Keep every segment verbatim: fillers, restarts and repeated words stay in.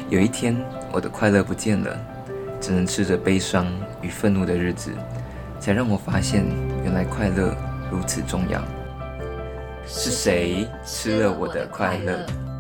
有一天，我的快乐不见了，只能吃着悲伤与愤怒的日子，才让我发现，原来快乐如此重要。是谁吃了我的快乐？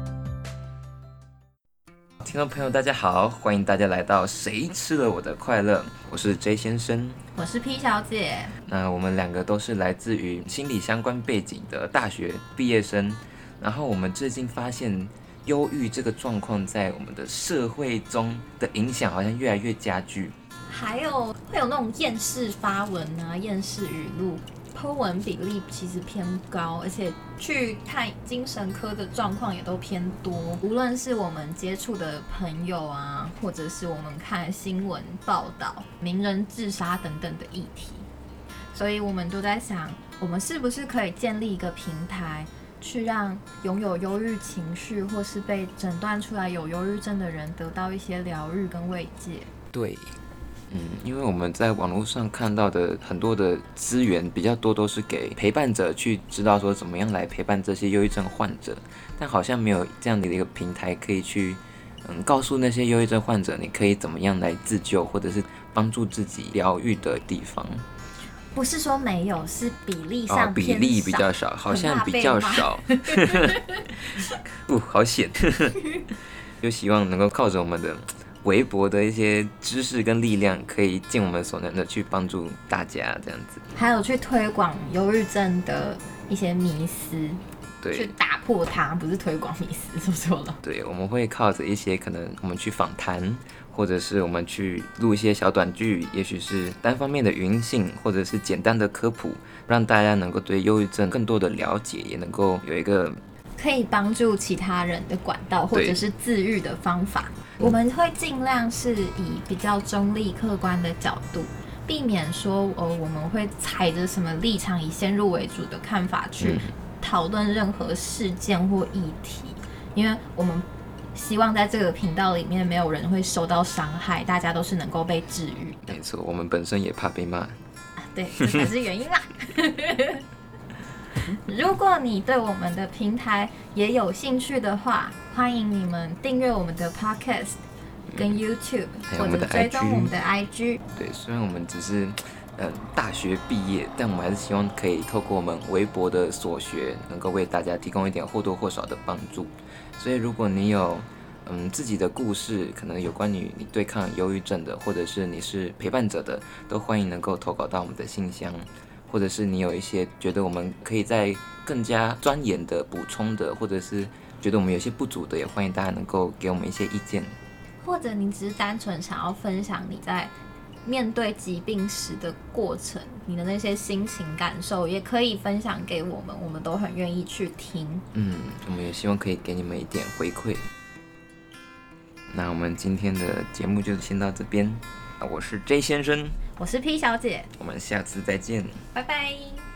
听众朋友，大家好，欢迎大家来到《谁吃了我的快乐》，我是 J 先生， 我是 P 小姐。 那我们两个都是来自于心理相关背景的大学毕业生，然后我们最近发现，忧郁这个状况在我们的社会中的影响好像越来越加剧， 还有会有那种厌世发文啊、厌世语录，po文比例其实偏高，而且去看精神科的状况也都偏多。无论是我们接触的朋友啊，或者是我们看新闻报道、名人自杀等等的议题，所以我们都在想，我们是不是可以建立一个平台，去让拥有忧郁情绪或是被诊断出来有忧郁症的人得到一些疗愈跟慰藉。 对，嗯，因为我们在网络上看到的很多的资源比较多都是给陪伴者去知道说怎么样来陪伴这些忧郁症患者，但好像没有这样的一个平台可以去嗯告诉那些忧郁症患者你可以怎么样来自救，或者是帮助自己疗愈的地方。 不是说没有，是比例上偏少、 哦、比例比较少，好像比较少。不好险，就希望能够靠着我们的微薄的一些知识跟力量，可以尽我们所能的去帮助大家，这样子。 还有去推广忧郁症的一些迷思， 对， 去打破它，不是推广迷思，说错了。 对，我们会靠着一些可能我们去访谈，或者是我们去录一些小短剧，也许是单方面的语音性，或者是简单的科普，让大家能够对忧郁症更多的了解，也能够有一个可以帮助其他人的管道，或者是自愈的方法。我们会尽量是以比较中立客观的角度，避免说、哦、我们会踩着什么立场，以先入为主的看法去讨论任何事件或议题，因为我们希望在这个频道里面没有人会受到伤害，大家都是能够被治愈的。 没错，我们本身也怕被骂、啊、 对，这才是原因啦。如果你对我们的平台也有兴趣的话，欢迎你们订阅我们的 podcast 跟 YouTube、嗯、或者追踪我们的 I G。 对，虽然我们只是、呃、大学毕业，但我们还是希望可以透过我们微薄的所学，能够为大家提供一点或多或少的帮助。所以如果你有嗯自己的故事，可能有关于你对抗忧郁症的，或者是你是陪伴者的，都欢迎能够投稿到我们的信箱，或者是你有一些觉得我们可以再更加钻研的补充的，或者是觉得我们有些不足的，也欢迎大家能够给我们一些意见。 或者你只是单纯想要分享你在面对疾病时的过程，你的那些心情感受，也可以分享给我们，我们都很愿意去听。 嗯，我们也希望可以给你们一点回馈。那我们今天的节目就先到这边，我是 J 先生， 我是 P 小姐， 我们下次再见， 拜拜。